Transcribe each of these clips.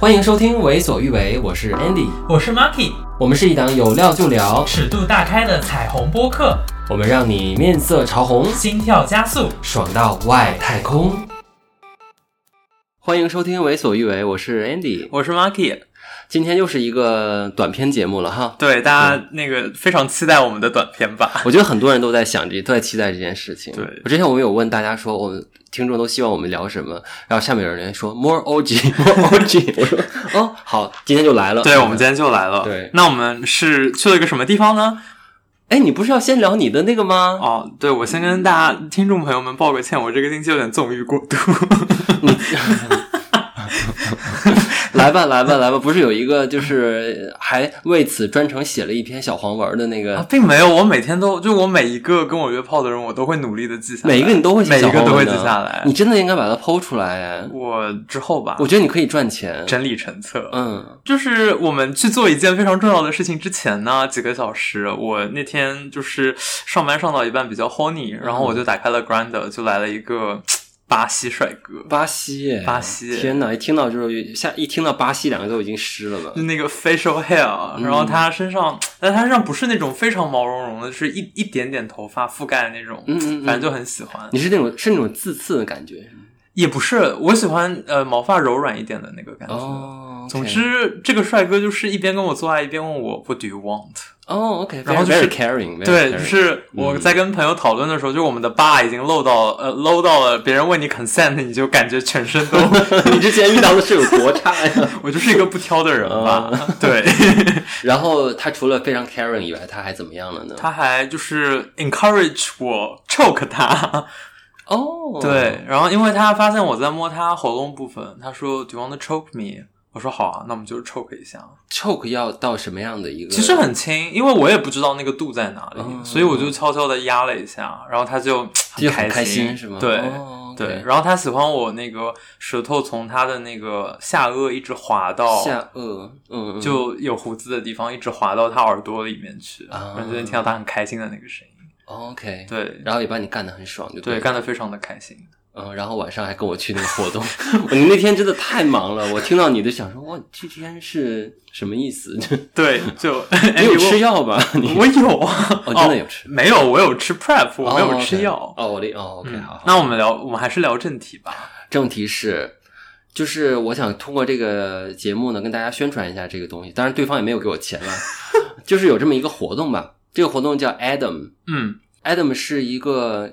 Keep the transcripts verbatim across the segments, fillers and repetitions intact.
欢迎收听为所欲为，我是 Andy， 我是 Marky， 我们是一档有料就聊、 尺度大开的彩虹播客， 我们让你面色潮红， 心跳加速， 爽到外太空。欢迎收听为所欲为，我是 Andy， 我是 Marky。 今天又是一个短片节目了哈。 对，大家那个非常期待我们的短片吧？ 我觉得很多人都在想这，都在期待这件事情。 对， 我之前我们有问大家说，我们听众都希望我们聊什么，然后下面有人说 more O G more O G， 我说哦好，今天就来了。 对，我们今天就来了。 对， 那我们是去了一个什么地方呢？ 哎，你不是要先聊你的那个吗？ 哦，对，我先跟大家听众朋友们报个歉，我这个星期有点纵欲过度。 你来吧来吧来吧，不是有一个就是还为此专程写了一篇小黄文的那个、 啊、并没有，我每天都就我每一个跟我约炮的人我都会努力的记下来， 每一个你都会写小黄文的， 每一个都会记下来。 你真的应该把它 po 出来。 我之后吧， 我觉得你可以赚钱， 整理成册。 嗯， 就是我们去做一件非常重要的事情之前呢，几个小时，我那天就是上班上到一半比较 horny， 然后我就打开了 Grindr， 就来了一个巴西帅哥。 巴西耶， 巴西耶， 天哪！一听到就是下一听到巴西两个都已经湿了吧？ 就那个 facial hair，、嗯、然后他身上，但他身上不是那种非常毛茸茸的，就是一一点点头发覆盖的那种， 嗯嗯嗯， 反正就很喜欢。 你是那种是那种自刺的感觉？ 也不是，我喜欢呃毛发柔软一点的那个感觉。 哦， okay. 总之这个帅哥就是一边跟我做爱一边问我 What do you want？ 哦、oh, ，OK， 然后就是 very caring， 对，就是我在跟朋友讨论的时候，嗯、就我们的 bar 已经漏到呃 low 到了，别人问你 consent， 你就感觉全身都， 你之前遇到的是有多差呀？ 我就是一个不挑的人吧，嗯、对。 然后他除了非常 caring 以外，他还怎么样了呢？ 他还就是 encourage 我 choke 他。 哦、 oh. 对，然后因为他发现我在摸他喉咙部分，他说 Do you want to choke me？我说好啊，那我们就 choke 一下。 choke 要到什么样的一个？ 其实很轻，因为我也不知道那个度在哪里，嗯、所以我就悄悄的压了一下，然后他就很开心， 很开心是吗？ 对、 哦 okay、 对，然后他喜欢我那个舌头从他的那个下颚一直滑到下颚，嗯， 就有胡子的地方一直滑到他耳朵里面去， 啊、 然后就能听到他很开心的那个声音。 OK， 对， 然后也把你干得很爽，就 对, 对，干得非常的开心。 嗯，然后晚上还跟我去那个活动，你那天真的太忙了，我听到你的想说，哇，这天是什么意思？ 对，就你有吃药吧？你我有啊， 我、哦、真的有吃、 哦，没有，我有吃 prep， 我没有吃药。 哦，我的哦 ，OK， 好、 嗯，那我们聊，我们还是聊正题吧。 正题是，就是我想通过这个节目呢，跟大家宣传一下这个东西。当然，对方也没有给我钱了，就是有这么一个活动吧。这个活动叫 Adam， 嗯 ，Adam 是一个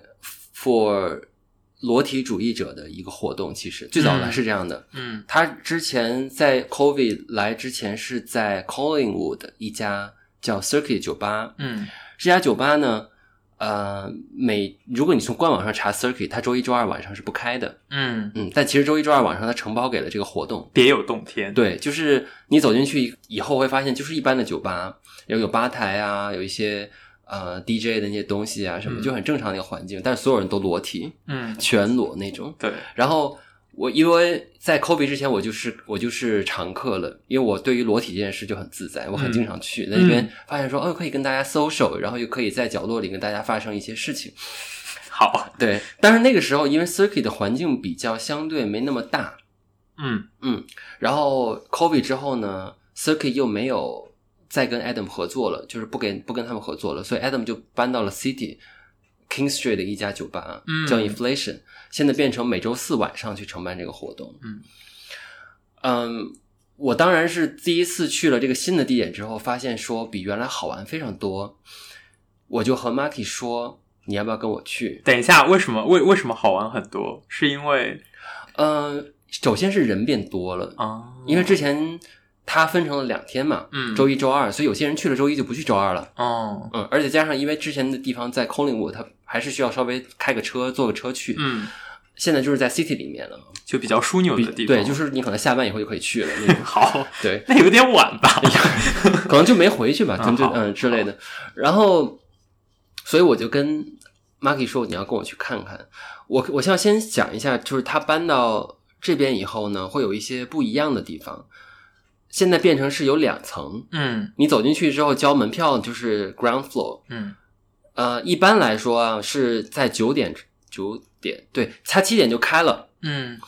for 裸体主义者的一个活动，其实最早来是这样的。 嗯， 他之前在 COVID 来之前是在 Collingwood 一家叫 Circuit 酒吧。 嗯， 这家酒吧呢，呃，每如果你从官网上查 Circuit， 它周一周二晚上是不开的。 嗯嗯，但其实周一周二晚上它承包给了这个活动， 别有洞天。 对，就是你走进去以后会发现，就是一般的酒吧，有有吧台啊，有一些。呃 D J 的那些东西啊什么、嗯、就很正常的一个环境，但是所有人都裸体， 嗯， 全裸那种。 对。 然后我因为在 COVID 之前我就是我就是常客了，因为我对于裸体这件事就很自在，我很经常去、嗯、那边发现说哦可以跟大家 social， 然后又可以在角落里跟大家发生一些事情。 好， 对。但是那个时候因为 Circuit 的环境比较相对没那么大， 嗯嗯，然后 COVID 之后呢 Circuit 又没有再跟 Adam 合作了，就是不跟不跟他们合作了，所以 Adam 就搬到了 City King Street 的一家酒吧，嗯，叫 Inflation， 现在变成每周四晚上去承办这个活动。 嗯嗯，我当然是第一次去了这个新的地点之后，发现说比原来好玩非常多，我就和 Marky 说，你要不要跟我去？ 等一下，为什么为为什么好玩很多？是因为， 呃，首先是人变多了啊、哦，因为之前。它分成了两天嘛， 嗯， 周一周二，所以有些人去了周一就不去周二了。 哦， 嗯，而且加上因为之前的地方在 Collingwood， 它还是需要稍微开个车坐个车去。 嗯， 现在就是在 City 里面了， 就比较枢纽的地方。 对，就是你可能下班以后就可以去了。 好， 对， 那有点晚吧， 可能就没回去吧， 嗯就嗯之类的。然后，所以我就跟 Marky 说，你要跟我去看看。我我想先讲一下，就是他搬到这边以后呢，会有一些不一样的地方。现在变成是有两层， 嗯， 你走进去之后交门票就是 ground floor， 嗯， 呃，一般来说啊是在九点九点，对，它七点就开了， 嗯，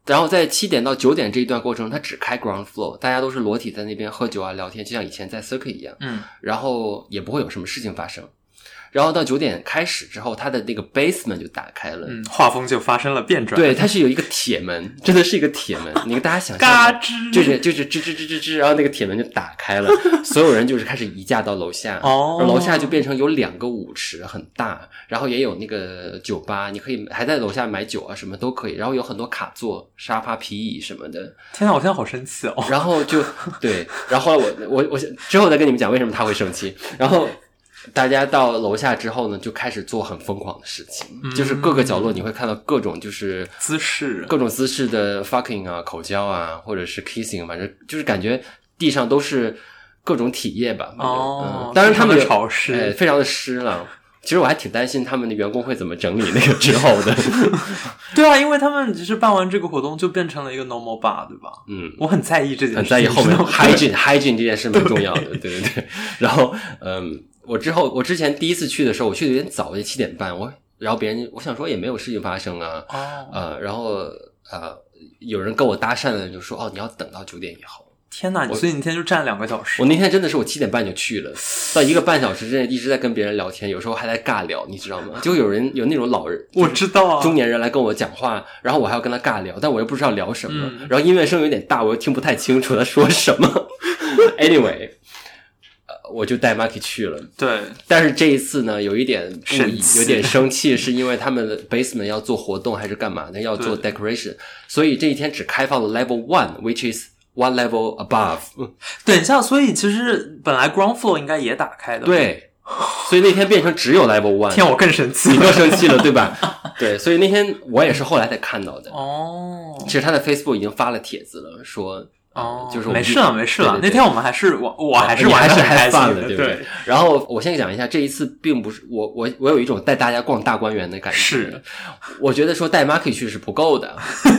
然后在七点到九点这一段过程，它只开 ground floor， 大家都是裸体在那边喝酒啊聊天，就像以前在 circuit 一样， 嗯， 然后也不会有什么事情发生。然后到九点开始之后，它的那个 basement 就打开了， 嗯，画风就发生了变转。 对，它是有一个铁门，真的是一个铁门。你跟大家想象， 嘎吱， 就是就是吱吱吱吱吱，然后那个铁门就打开了，所有人就是开始移驾到楼下， 哦， 然后楼下就变成有两个舞池，很大，然后也有那个酒吧，你可以还在楼下买酒啊，什么都可以，然后有很多卡座、沙发、皮椅什么的。 天哪，我现在好生气哦。 然后就对，然后后来我我我之后再跟你们讲为什么他会生气，然后。大家到楼下之后呢，就开始做很疯狂的事情，嗯、就是各个角落你会看到各种就是姿势， 各种姿势的 fucking 啊、口交啊，或者是 kissing， 反正就是感觉地上都是各种体液吧。 哦、 嗯，当然他们非常的潮湿， 哎，非常的湿了。其实我还挺担心他们的员工会怎么整理那个之后的。 对啊，因为他们其实办完这个活动就变成了一个 normal bar， 对吧？ 嗯， 我很在意这件事， 很在意后面 hygiene hygiene 这件事蛮重要的，对对对。然后，嗯。我之后，我之前第一次去的时候，我去的有点早，就七点半。我然后别人，我想说也没有事情发生啊， 哦， 呃，然后呃，有人跟我搭讪的就说，哦，你要等到九点以后。 天哪，所以你那天就站两个小时。 我那天真的是我七点半就去了，到一个半小时之内一直在跟别人聊天，有时候还在尬聊，你知道吗？就有人有那种老人， 我知道啊， 中年人来跟我讲话，然后我还要跟他尬聊，但我又不知道聊什么， 嗯、 然后音乐声有点大，我又听不太清楚他说什么。Anyway。我就带 Marky 去了， 对， 但是这一次呢，有一点不以有点生气，是因为他们的 basement 要做活动还是干嘛的？要做 decoration， 所以这一天只开放了 level one，which is one level above。 等一下，所以其实本来 ground floor 应该也打开的， 对，所以那天变成只有 level one。 天，我更生气， 你更生气了，对吧？对，所以那天我也是后来才看到的。 哦， 其实他的 Facebook 已经发了帖子了，说。 哦， 就是没事了，没事了。 对对对那天我们还是我我还是玩得很开心的，对不对？然后我先讲一下，这一次并不是我我我有一种带大家逛大观园的感觉。 是， 我觉得说带 Marky 去是不够的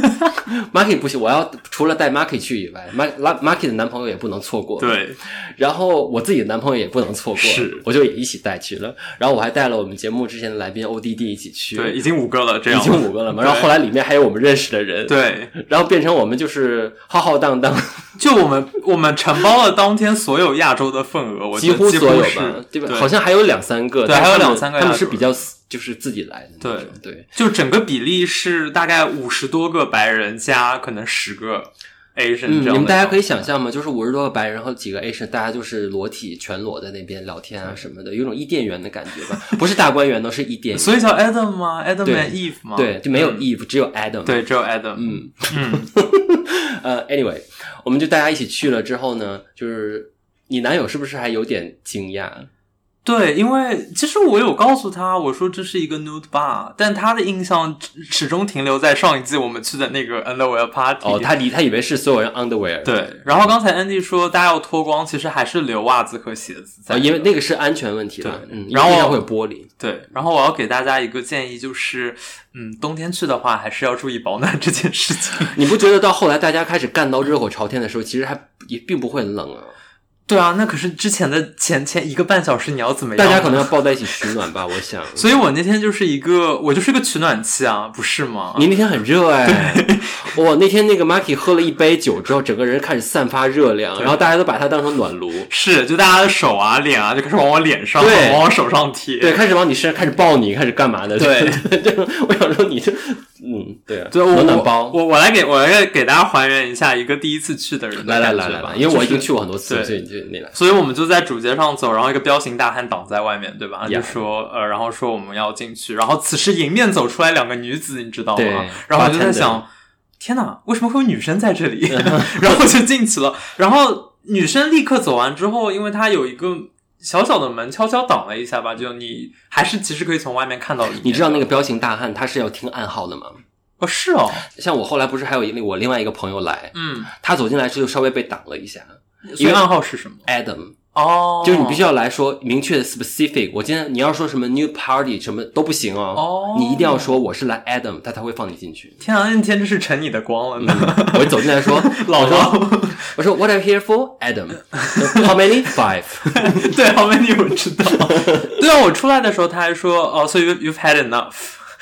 ，Marky 不行，我要除了带 Marky 去以外 ，Marky 的男朋友也不能错过。 对， 然后我自己的男朋友也不能错过， 是， 我就也一起带去了。然后我还带了我们节目之前的来宾 O D D 一起去， 对，已经五个了，这样已经五个了嘛。然后后来里面还有我们认识的人， 对， 然后变成我们就是浩浩荡荡， 就我们。我们承包了当天所有亚洲的份额，我几乎所有吧， 对吧？好像还有两三个， 对，还有两三个， 他们是比较就是自己来的， 对对， 就整个比例是大概五十多个白人加可能十个 Asian， 嗯，你们大家可以想象吗？就是五十多个白人和几个 Asian， 大家就是裸体全裸在那边聊天啊什么的，有种伊甸园的感觉吧？不是大观园，都是伊甸园， 所以叫 Adam 吗 ？Adam and Eve 吗？ 对，就没有 Eve，、嗯、只有 Adam， 对，只有 Adam， 嗯嗯，呃 ，anyway。我们就大家一起去了之后呢，就是你男友是不是还有点惊讶？ 对，因为其实我有告诉他，我说这是一个 nude bar， 但他的印象始终停留在上一季我们去的那个 underwear party。 哦，他以他以为是所有人 underwear。 对，然后刚才 Andy 说大家要脱光，其实还是留袜子和鞋子在、 哦，因为那个是安全问题了。 对， 嗯， 然后会有玻璃。 对，然后我要给大家一个建议，就是嗯，冬天去的话，还是要注意保暖这件事情。 你不觉得到后来大家开始干到热火朝天的时候，其实还也并不会很冷啊？ 对啊，那可是之前的前前一个半小时你要怎么样？ 大家可能要抱在一起取暖吧，我想。 所以我那天就是一个，我就是一个取暖器啊，不是吗？ 你那天很热哎，我那天那个 Marky 喝了一杯酒之后，整个人开始散发热量，然后大家都把它当成暖炉。 是，就大家的手啊、脸啊，就开始往我脸上、往我手上贴， 对，开始往你身上开始抱你，开始干嘛的？ 对， 我想说你这，嗯，对啊， 对， 暖暖包。 我我来给我来给大家还原一下一个第一次去的人的来来来来来，因为我已经去过很多次， 就是、 所以你就那来。 所以我们就在主街上走，然后一个彪形大汉挡在外面，对吧？ Yeah. 就说呃，然后说我们要进去，然后此时迎面走出来两个女子，你知道吗？然后我就在想，天哪，为什么会有女生在这里？然后就进去了，然后女生立刻走完之后，因为她有一个小小的门悄悄挡了一下吧，就你还是其实可以从外面看到里面。 你知道那个彪形大汉他是要听暗号的吗？ 哦，是哦。 像我后来不是还有一我另外一个朋友来， 嗯， 他走进来之后稍微被挡了一下。 因为暗号是什么 ？Adam。 哦， 就是你必须要来说明确的 specific。我今天你要说什么 new party 什么都不行哦。 哦， 你一定要说我是来 Adam， 他才会放你进去。 天啊，那天真是成你的光了呢！ 嗯、我走进来说， 老说，我说 What are you here for? Adam. How many? Five. 对 ，How many 我知道。对啊，我出来的时候他还说，哦，所以 you've had enough。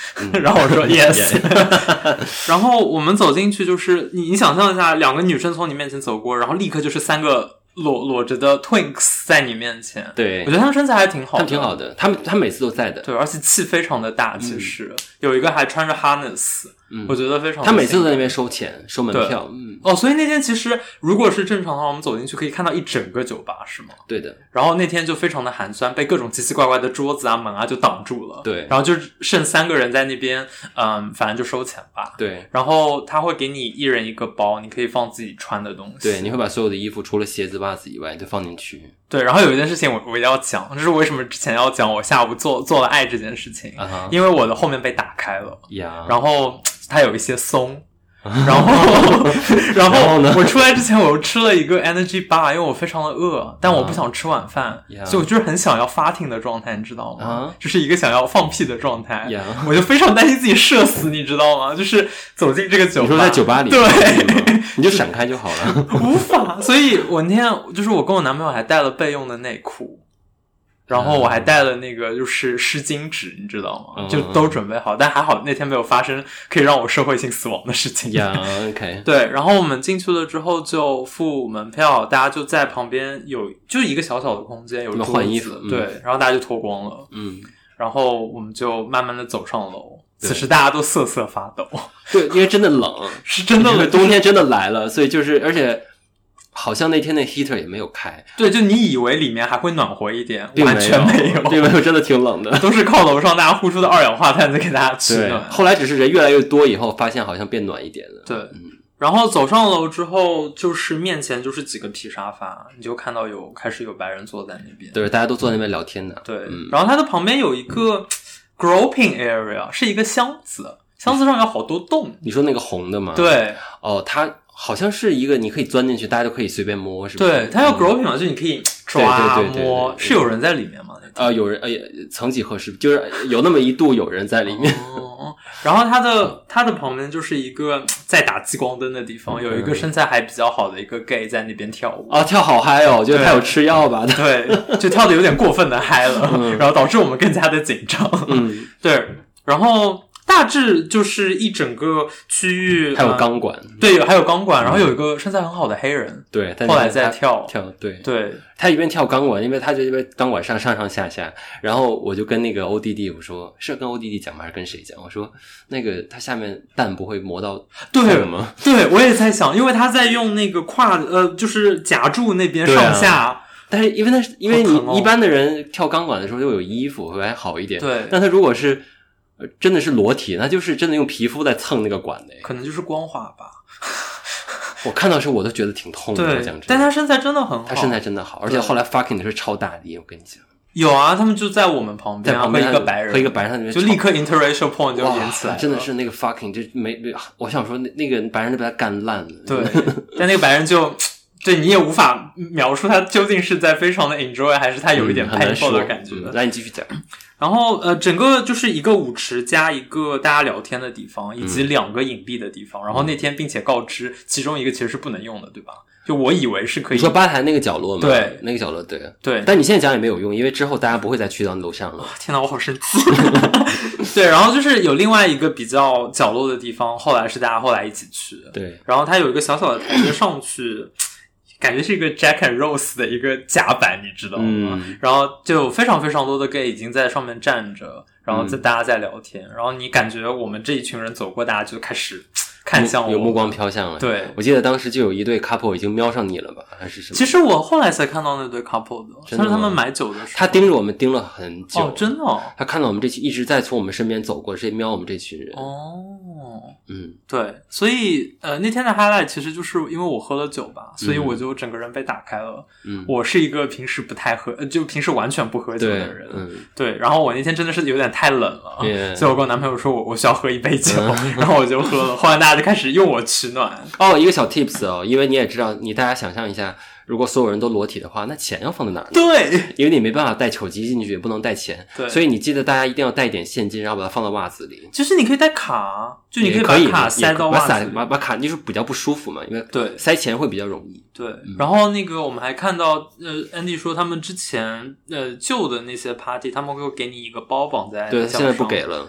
嗯、 然后我说 yes 然后我们走进去，就是你你想象一下，两个女生从你面前走过，然后立刻就是三个裸裸着的 twinks 在你面前。 对， 我觉得他们身材还挺好的， 他们挺好的，他们他们每次都在的。 对，而且气非常的大，其实、嗯、有一个还穿着 harness。嗯，我觉得非常。 他每次都在那边收钱，收门票。嗯， 哦，所以那天其实如果是正常的话，我们走进去可以看到一整个酒吧，是吗？ 对的。 然后那天就非常的寒酸，被各种奇奇怪怪的桌子啊、门啊就挡住了。 对。 然后就剩三个人在那边，嗯，反正就收钱吧。 对。 然后他会给你一人一个包，你可以放自己穿的东西。 对，你会把所有的衣服除了鞋子、袜子以外都放进去。 对，然后有一件事情我我一定要讲，就是为什么之前要讲我下午做做了爱这件事情， uh-huh. 因为我的后面被打开了， yeah. 然后它有一些松，然后然后呢，我出来之前我又吃了一个 energy bar， 因为我非常的饿，但我不想吃晚饭， uh-huh. 所以我就是很想要发停的状态，你知道吗？ uh-huh. 就是一个想要放屁的状态， yeah. 我就非常担心自己社死，你知道吗？就是走进这个酒吧， 你说在酒吧里， 对， 你就闪开就好了。 无法，所以我那天就是我跟我男朋友还带了备用的内裤。然后我还带了那个就是湿巾纸，你知道吗？ 嗯、 就都准备好，但还好那天没有发生可以让我社会性死亡的事情。 呀、yeah, ，OK。 对，然后我们进去了之后就付门票，大家就在旁边有就是一个小小的空间，有桌子， 换衣服， 对、嗯，然后大家就脱光了， 嗯， 然后我们就慢慢的走上楼。此时大家都瑟瑟发抖， 对，因为真的冷， 是真的冷， 冬天真的来了，所以就是而且。好像那天那 heater 也没有开， 对，就你以为里面还会暖和一点， 完全没有， 并没有，真的挺冷的， 都是靠楼上大家呼出的二氧化碳在给大家取暖。 后来只是人越来越多以后，发现好像变暖一点了。 对， 嗯， 然后走上楼之后，就是面前就是几个皮沙发，你就看到有开始有白人坐在那边， 对，大家都坐在那边聊天的。 对， 嗯、 然后它的旁边有一个 groping area， 是一个箱子，箱子上有好多洞。 你说那个红的吗？ 对， 哦，它。好像是一个你可以钻进去，大家都可以随便摸，是不是？ 对，它有 groping 嘛，就是你可以抓对对对对对摸，是有人在里面吗？ 呃，有人，呃，曾几何时，就是有那么一度有人在里面。 哦，然后它的它的旁边就是一个在打激光灯的地方，有一个身材还比较好的一个 gay 在那边跳舞。 啊，跳好嗨哦！我觉得他有吃药吧？ 对，就跳的有点过分的嗨了，嗯、然后导致我们更加的紧张。 嗯， 对，然后。大致就是一整个区域， 还有钢管， 嗯、对，还有钢管，然后有一个身材很好的黑人， 对， 后来在跳跳，对对， 他一边跳钢管，因为他就因为钢管上上上下下，然后我就跟那个 O D D 我说是跟 O D D 讲吗？还是跟谁讲？我说那个他下面蛋不会磨到对吗？ 对，我也在想，因为他在用那个胯呃，就是夹住那边上下。 啊、但是因为他因为你一般的人跳钢管的时候就有衣服会还好一点， 对， 但他如果是。真的是裸体，那就是真的用皮肤在蹭那个管的， 可能就是光滑吧。 我看到时候我都觉得挺痛的， 对，但他身材真的很好， 他身材真的好，而且后来 fucking 的是超大力，我跟你讲。 有啊，他们就在我们旁边， 在旁边和一个白人， 和一个白人那边就立刻 interracial point 就连起来了， 真的是那个 fucking 就没，我想说那那个白人都被他干烂了。 对，但那个白人就。对，你也无法描述他究竟是在非常的 enjoy 还是他有一点 painful 的感觉、 嗯嗯、来你继续讲。 然后呃，整个就是一个舞池加一个大家聊天的地方，以及两个隐蔽的地方、嗯、然后那天并且告知其中一个其实是不能用的，对吧？就我以为是可以。 你说吧台那个角落吗？ 对， 那个角落，对对。 但你现在讲也没有用，因为之后大家不会再去到楼上了。 天哪，我好生气。对，然后就是有另外一个比较角落的地方，后来是大家后来一起去。 对， 然后它有一个小小的台阶上去。感觉是一个 Jack and Rose 的一个甲板，你知道吗、嗯、然后就有非常非常多的 gay 已经在上面站着，然后在大家在聊天、嗯、然后你感觉我们这一群人走过，大家就开始看向我， 有目光飘向了。 对， 我记得当时就有一对 couple 已经瞄上你了吧，还是什么？ 其实我后来才看到那对 couple 的， 真的是他们买酒的时候， 他盯着我们盯了很久。 哦，真的、哦？ 他看到我们这群一直在从我们身边走过，是瞄我们这群人。 哦， 嗯， 对，所以呃那天的 highlight 其实就是因为我喝了酒吧，所以我就整个人被打开了。 嗯， 我是一个平时不太喝，就平时完全不喝酒的人。 嗯， 对。然后我那天真的是有点太冷了， yeah. 所以我跟我男朋友说我我需要喝一杯酒，然后我就喝了。后来大家就开始用我取暖。 哦，一个小 tips 哦，因为你也知道，你大家想象一下，如果所有人都裸体的话，那钱要放在哪儿呢？ 对， 因为你没办法带手机进去，也不能带钱， 对， 所以你记得大家一定要带一点现金，然后把它放到袜子里。 其实你可以带卡，就你可以把卡塞到袜子里， 把把卡就是比较不舒服嘛，因为对塞钱会比较容易。 对，嗯、然后那个我们还看到，呃 ，Andy 说他们之前呃旧的那些 party， 他们会给你一个包绑在， 对，现在不给了。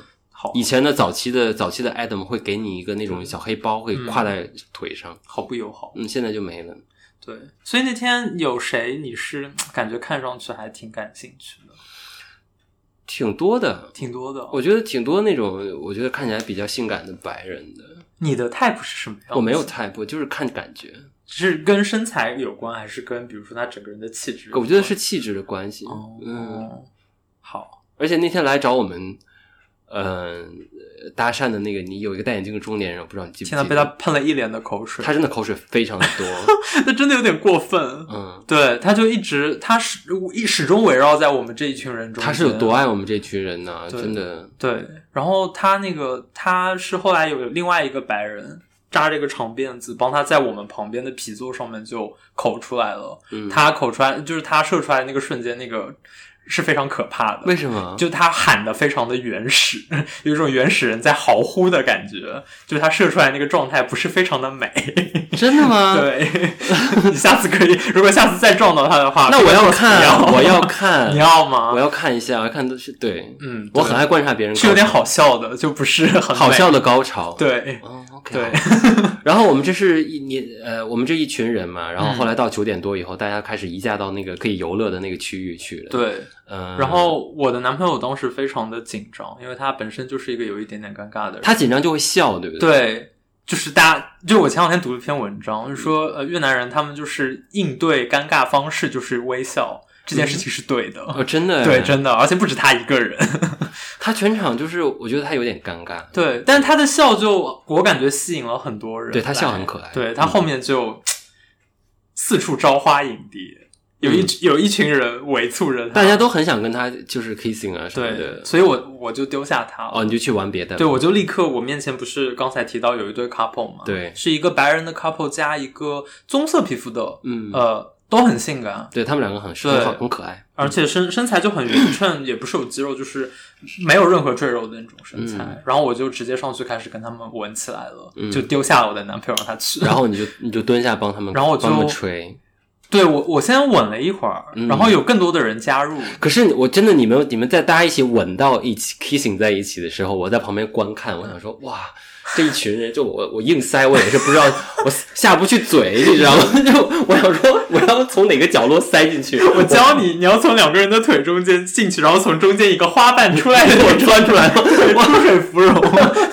好， 以前的早期的早期的 Adam 会给你一个那种小黑包，会挎在腿上， 好不友好。 嗯，现在就没了。 对，所以那天有谁你是感觉看上去还挺感兴趣的？ 挺多的， 挺多的。 我觉得挺多那种，我觉得看起来比较性感的白人的。 你的 type 是什么样子？ 我没有 type， 就是看感觉。 是跟身材有关，还是跟比如说他整个人的气质有关？ 我觉得是气质的关系。 哦， 嗯， 好。 而且那天来找我们，呃，搭讪的那个，你有一个戴眼镜的中年人，我不知道你记不记得？ 现在被他喷了一脸的口水， 他真的口水非常的多， 那真的有点过分。 嗯， 对，他就一直他始一始终围绕在我们这一群人中间。 他是有多爱我们这群人呢、啊？真的。 对，然后他那个他是后来有另外一个白人扎着一个长辫子，帮他在我们旁边的皮座上面就口出来了。嗯，他口出来就是他射出来的那个瞬间，那个是非常可怕的。 为什么？ 就他喊的非常的原始，有一种原始人在嚎呼的感觉。就他射出来那个状态不是非常的美。 真的吗？ 对，你下次可以，如果下次再撞到他的话， 那我要看，我要看， 你要吗？ 我要看一下，我要看都是对， 嗯， 我很爱观察别人高潮， 是有点好笑的，就不是很好笑的高潮。 对， 哦 ，OK， 对。 然后我们这是一年呃，我们这一群人嘛，然后后来到九点多以后，大家开始移驾到那个可以游乐的那个区域去了。 对， 嗯。 然后我的男朋友当时非常的紧张，因为他本身就是一个有一点点尴尬的人。 他紧张就会笑，对不对？ 对。就是大家，就我前两天读了一篇文章，就是说，呃，越南人他们就是应对尴尬方式就是微笑，这件事情是对的。 嗯、哦，真的， 对，真的，而且不止他一个人， 他全场就是，我觉得他有点尴尬。 对，但是他的笑就我感觉吸引了很多人。 对，他笑很可爱。 对，他后面就、嗯、四处招花引蝶。有一、嗯、有一群人围簇着他， 大家都很想跟他就是 kissing 啊什么的， 对，所以我我就丢下他了。 哦，你就去玩别的了。 对，我就立刻，我面前不是刚才提到有一对 couple 吗？ 对， 是一个白人的 couple 加一个棕色皮肤的， 嗯， 呃，都很性感。 对，他们两个很很好，很可爱， 而且身身材就很匀称，也不是有肌肉，就是没有任何赘肉的那种身材。嗯、然后我就直接上去开始跟他们吻起来了，嗯、就丢下了我的男朋友让他去。 然后你就你就蹲下帮他们， 然后我就帮他们吹。 对，我我先吻了一会儿、嗯，然后有更多的人加入。 可是我真的，你们你们在大家一起吻到一起 kissing 在一起的时候，我在旁边观看，我想说，哇，这一群人，就我我硬塞，我也是不知道，我下不去嘴，你知道吗？就我想说，我要从哪个角落塞进去？ 我教你，你要从两个人的腿中间进去，然后从中间一个花瓣出来， 我钻出来了， 出水芙蓉。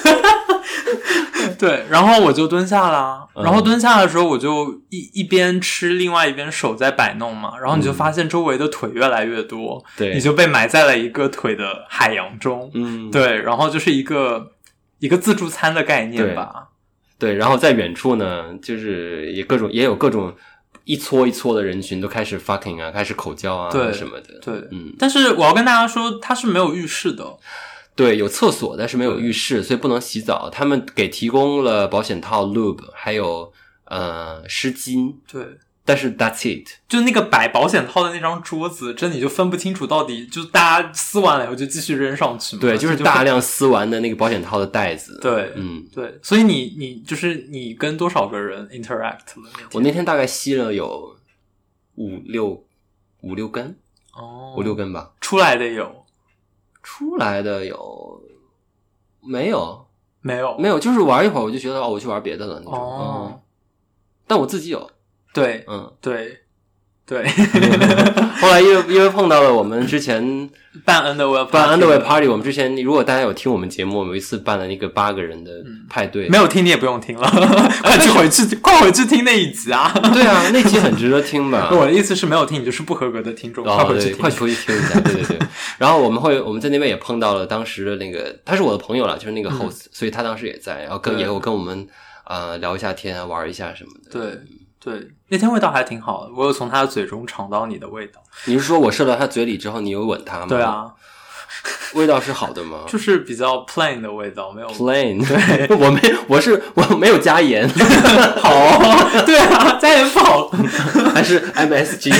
对，然后我就蹲下了，然后蹲下的时候我就一一边吃，另外一边手在摆弄嘛，然后你就发现周围的腿越来越多， 对、嗯， 你就被埋在了一个腿的海洋中， 嗯， 对，然后就是一个一个自助餐的概念吧， 对，对，然后在远处呢，就是也各种也有各种一撮一撮的人群都开始 fucking 啊，开始口交啊， 对什么的， 对， 嗯， 但是我要跟大家说，它是没有浴室的。 对，有厕所，但是没有浴室，所以不能洗澡。他们给提供了保险套 lube， 还有呃湿巾。 对， 但是 that's it。 就那个摆保险套的那张桌子，真的你就分不清楚到底，就大家撕完了以后就继续扔上去嘛。 对，就是大量撕完的那个保险套的袋子。 对， 嗯， 对。所以你你就是你跟多少个人 interact 了？ 我那天大概吸了有五六五六根， 哦， 五六根吧。 出来的有。 出来的有没有？ 没有， 没有，就是玩一会儿我就觉得哦，我去玩别的了那种。 哦、 嗯，但我自己有。 对， 嗯， 对，对。 后来因为因为碰到了我们之前办 Underwear 办 Underwear Party， 我们之前如果大家有听我们节目，我们有一次办了那个八个人的派对， 嗯、没有听你也不用听了，快去回去，快回去听那一集啊！ 对啊，那集很值得听吧？ 我的意思是没有听你就是不合格的听众， 哦、 快回去听， 快回去听一下，对对对。然后我们会我们在那边也碰到了当时的那个，他是我的朋友了，就是那个 host，、嗯、所以他当时也在，然后跟也有跟我们呃聊一下天啊，玩一下什么的。 对。对，那天味道还挺好的，我有从他的嘴中尝到你的味道。 你是说我射到他嘴里之后，你有吻他吗？ 对啊， 味道是好的吗？ 就是比较 plain 的味道，没有 plain。 对， 我没，我是我没有加盐。 好、哦，对啊，加盐不好， 还是 M S G。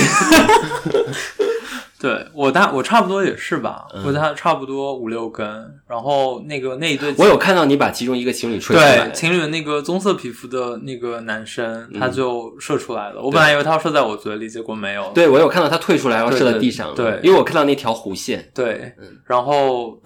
对，我大我差不多也是吧，嗯、我大差不多五六根，然后那个那一对， 我有看到你把其中一个情侣吹出来， 对，情侣的那个棕色皮肤的那个男生，嗯、他就射出来了。我本来以为他要射在我嘴里，结果没有。 对，我有看到他退出来，然后射在地上了。 对， 因为我看到那条弧线。 对，嗯、然后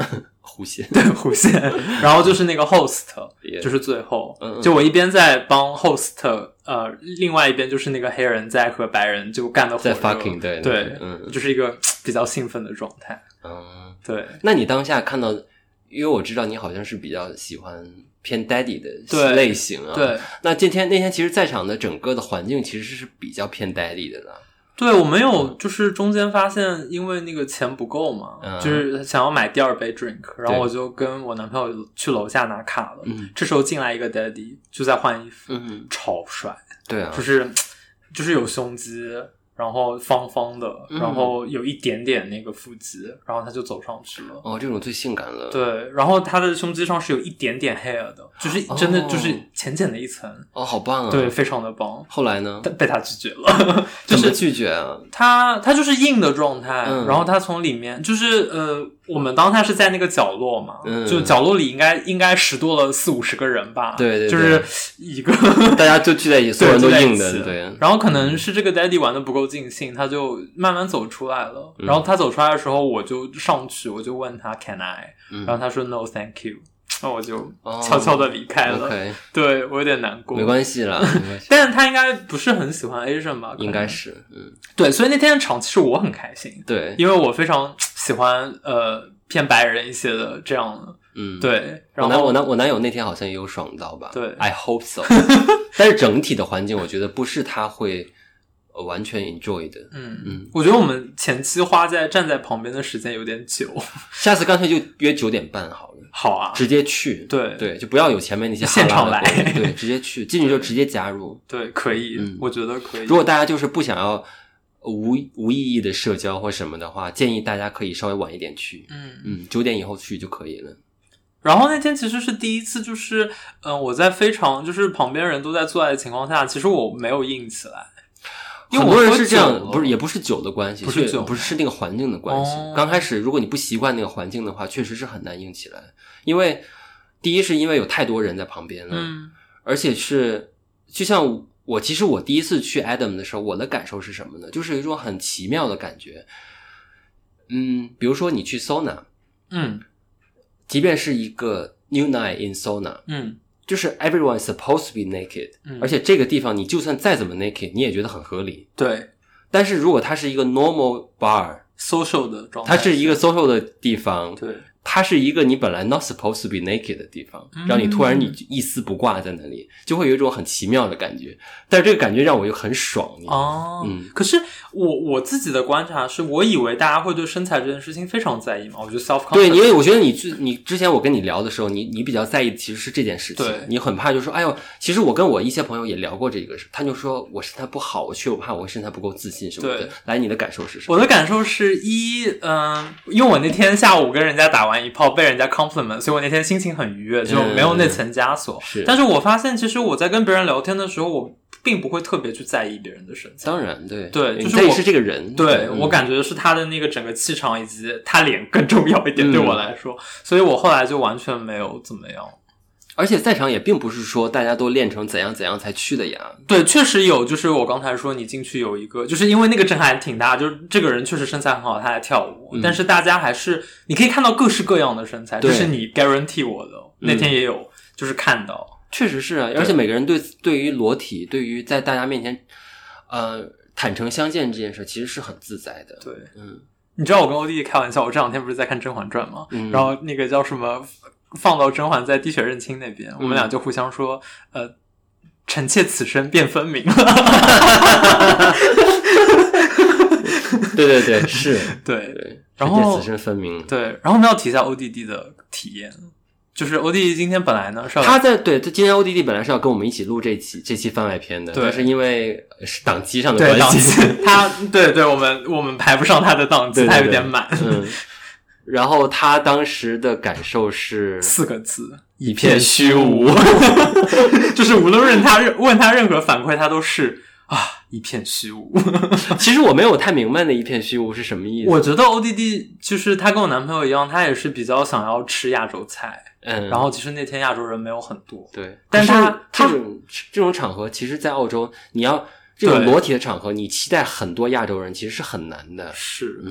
弧线， 对弧线，然后就是那个 host， yeah. 就是最后， 嗯嗯就我一边在帮 host， 呃，另外一边就是那个黑人在和白人就干得火热， 在 fucking 对对， 嗯， 就是一个比较兴奋的状态。 嗯， 对。 那你当下看到，因为我知道你好像是比较喜欢偏 daddy 的类型啊， 对。 那今天那天其实在场的整个的环境其实是比较偏 daddy 的啦。 对，我没有，就是中间发现，因为那个钱不够嘛， 嗯、 就是想要买第二杯 drink， 然后我就跟我男朋友去楼下拿卡了。 嗯， 这时候进来一个 daddy， 就在换衣服， 嗯， 超帅， 对啊， 就是就是有胸肌，然后方方的， 嗯、 然后有一点点那个腹肌，然后他就走上去了。 哦，这种最性感了。 对，然后他的胸肌上是有一点点 hair 的，就是真的就是浅浅的一层。 哦，好棒啊！ 对，非常的棒。 后来呢？ 被他拒绝了。就是、 怎么拒绝啊？ 他他就是硬的状态， 嗯、 然后他从里面就是呃，我们当下是在那个角落嘛， 嗯、 就角落里应该应该十多了四五十个人吧。 对对对， 就是一个大家就聚在一起，所有人都硬的。对。 然后可能是这个 daddy 玩的不够尽兴，他就慢慢走出来了。 嗯、 然后他走出来的时候，我就上去，我就问他 Can I？、 嗯、 然后他说 No thank you。那我就悄悄的离开了。 哦 okay、 对我有点难过。 没关系啦，没关系。 但是他应该不是很喜欢 Asian 吧？ 应该是，嗯， 对，所以那天的场其实我很开心， 对， 因为我非常喜欢呃偏白人一些的这样的， 嗯， 对。然后我男我男我男友那天好像也有爽到吧？ 对 ，I hope so 。但是整体的环境，我觉得不是他会完全 enjoy 的。 嗯嗯，我觉得我们前期花在站在旁边的时间有点久， 下次干脆就约九点半好了。 好啊， 直接去。 对对，就不要有前面那些现场来。 对，直接去，进去就直接加入。 对，可以， 嗯， 我觉得可以。 如果大家就是不想要无无意义的社交或什么的话，建议大家可以稍微晚一点去。 嗯嗯，九点以后去就可以了。 然后那天其实是第一次，就是嗯、呃，我在非常就是旁边人都在做爱的情况下，其实我没有硬起来。 很多人是这样，不是也不是酒的关系， 不是酒， 不是是那个环境的关系。 哦、 刚开始如果你不习惯那个环境的话，确实是很难硬起来。因为第一是因为有太多人在旁边了， 嗯， 而且是就像我其实我第一次去 Adam 的时候，我的感受是什么呢？就是有一种很奇妙的感觉。嗯，比如说你去 sauna， 嗯， 即便是一个 new night in sauna， 嗯。 就是 everyone is supposed to be naked， 嗯， 而且这个地方你就算再怎么 naked， 你也觉得很合理。 对， 但是如果它是一个 normal bar，social 的状态， 它是一个 social 的地方， 对， 它是一个你本来 not supposed to be naked 的地方， 嗯， 让你突然你一丝不挂在那里，就会有一种很奇妙的感觉。但是这个感觉让我又很爽。 哦， 嗯， 可是我我自己的观察是，我以为大家会对身材这件事情非常在意嘛。我觉得 self confidence， 对，因为我觉得你你之前我跟你聊的时候，你你比较在意的其实是这件事情。 对， 你很怕就说，哎呦，其实我跟我一些朋友也聊过这个事，他就说我身材不好，我却又怕我身材不够自信什么的。来，你的感受是什么？ 我的感受是一，嗯、呃，因为我那天下午跟人家打完一炮，被人家 compliment， 所以我那天心情很愉悦，就没有那层枷锁。 嗯、是， 但是我发现其实我在跟别人聊天的时候，我并不会特别去在意别人的身材。 当然，对对，就是我是这个人。 对、 嗯、 我感觉是他的那个整个气场以及他脸更重要一点，对我来说、嗯，所以我后来就完全没有怎么样。 而且在场也并不是说大家都练成怎样怎样才去的呀。 对，确实有，就是我刚才说你进去有一个，就是因为那个震撼挺大，就是这个人确实身材很好，他在跳舞、嗯，但是大家还是你可以看到各式各样的身材，这是你 guarantee 我的、嗯、那天也有就是看到。 确实是啊，而且每个人对对于裸体，对于在大家面前呃坦诚相见这件事其实是很自在的。 对， 嗯， 你知道我跟欧弟开玩笑，我这两天不是在看《甄嬛传》吗、 嗯、 然后那个叫什么放到甄嬛在滴血认亲那边、嗯、我们俩就互相说呃臣妾此生便分明对对对，是， 对对， 然后此生分明。 对，然后我们要提一下 O D D 的体验。就是欧弟弟今天本来呢是要他在对他今天欧弟弟本来是要跟我们一起录这期这期番外篇的，但是因为是档期上的关系， 他对对我们我们排不上他的档期，他有点满。 嗯，然后他当时的感受是四个字：一片虚无。就是无论问他问他任何反馈，他都是啊一片虚无。 其实我没有太明白那一片虚无是什么意思。 我觉得 O D D 就是他跟我男朋友一样，他也是比较想要吃亚洲菜。 嗯， 然后其实那天亚洲人没有很多， 对， 但是他这种这种场合，其实在澳洲，你要这种裸体的场合，你期待很多亚洲人，其实是很难的。 是， 嗯，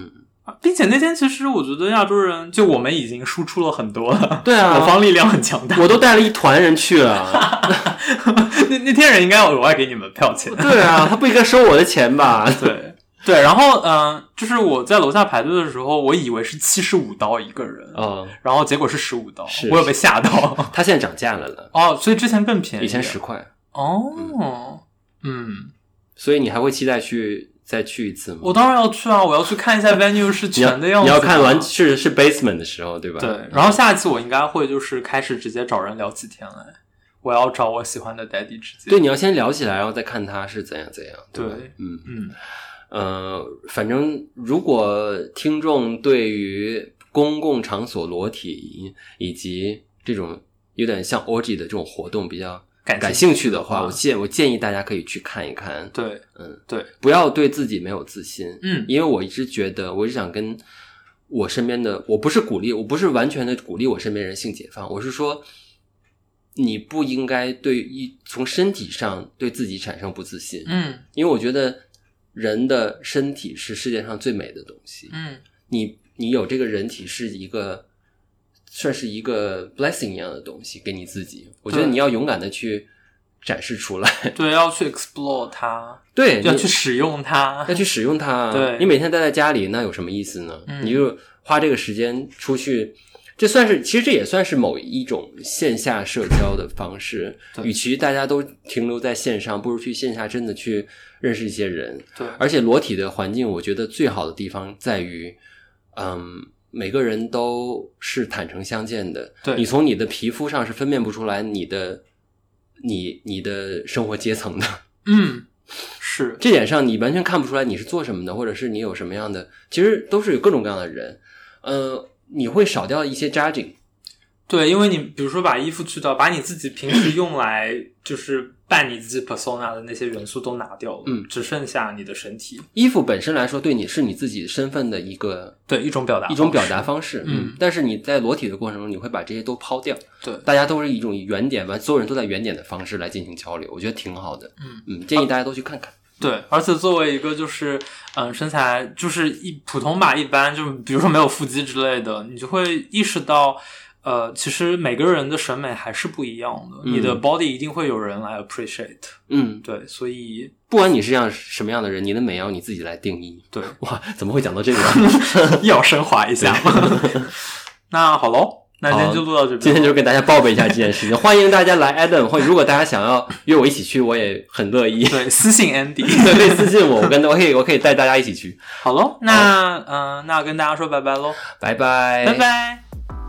并且那天其实我觉得亚洲人就我们已经输出了很多了， 对啊， 我方力量很强大， 我都带了一团人去了。 那那天人应该要额外给你们票钱。 对啊，他不应该收我的钱吧？ 对对，然后嗯、呃，就是我在楼下排队的时候，我以为是七十五刀一个人， 嗯， 然后结果是十五刀， 是我有被吓到。 他现在涨价了了。 哦，所以之前更便宜， 以前十块。 哦，嗯。嗯， 所以你还会期待去再去一次吗？ 我当然要去啊！我要去看一下 venue 是全的样子。 你要看完是是 basement 的时候，对吧？ 对。然后下一次我应该会就是开始直接找人聊起天来，我要找我喜欢的 daddy 直接。 对，你要先聊起来，然后再看他是怎样怎样。对， 对嗯嗯呃，反正如果听众对于公共场所裸体以及这种有点像 orgy 的这种活动比较感兴趣的话，我建我建议大家可以去看一看。 对， 嗯， 对， 不要对自己没有自信。 嗯， 因为我一直觉得，我一直想跟我身边的，我不是鼓励，我不是完全的鼓励我身边人性解放，我是说，你不应该对一从身体上对自己产生不自信。 嗯， 因为我觉得人的身体是世界上最美的东西。 嗯， 你你有这个人体是一个。算是一个 blessing 一样的东西给你自己，我觉得你要勇敢的去展示出来。 对，要去 explore 它， 对， 要去使用它， 要去使用它。 对， 你每天待在家里，那有什么意思呢？ 嗯、 你就花这个时间出去，这算是其实这也算是某一种线下社交的方式。与其大家都停留在线上，不如去线下真的去认识一些人。 对， 而且裸体的环境，我觉得最好的地方在于，嗯。每个人都是坦诚相见的， 对， 你从你的皮肤上是分辨不出来你的你你的生活阶层的。 嗯，是这点上你完全看不出来你是做什么的，或者是你有什么样的，其实都是有各种各样的人。呃，你会少掉一些 judging。 对，因为你比如说把衣服去掉，把你自己平时用来就是扮你自己 persona 的那些元素都拿掉了， 嗯， 只剩下你的身体。 衣服本身来说，对你是你自己身份的一个对一种表达一种表达方式， 嗯， 但是你在裸体的过程中，你会把这些都抛掉。 对， 大家都是一种以原点，完所有人都在原点的方式来进行交流，我觉得挺好的。 嗯嗯，建议大家都去看看。 对，而且作为一个就是嗯身材就是一普通吧，一般就比如说没有腹肌之类的，你就会意识到。呃，其实每个人的审美还是不一样的，嗯、你的 body 一定会有人来 appreciate。 嗯， 对，所以不管你是样什么样的人，你的美要你自己来定义。 对， 哇，怎么会讲到这个？ 要升华一下。那好咯，那今天就录到这边。 今天就跟大家报备一下这件事情，欢迎大家来 Adam， 或者如果大家想要约我一起去，我也很乐意。 对，私信 Andy， 对，可以私信我，我跟我可以我可以带大家一起去。 好咯，那嗯、呃，那跟大家说拜拜咯， 拜拜， 拜拜。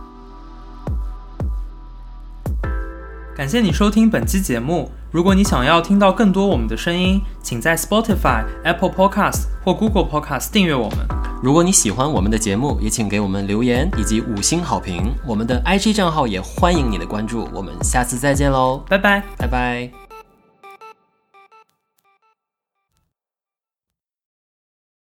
感谢你收听本期节目。如果你想要听到更多我们的声音，请在 Spotify、Apple Podcast 或 Google Podcast 订阅我们。 如果你喜欢我们的节目，也请给我们留言以及五星好评。我们的 I G 账号也欢迎你的关注。我们下次再见喽， 拜拜， 拜拜。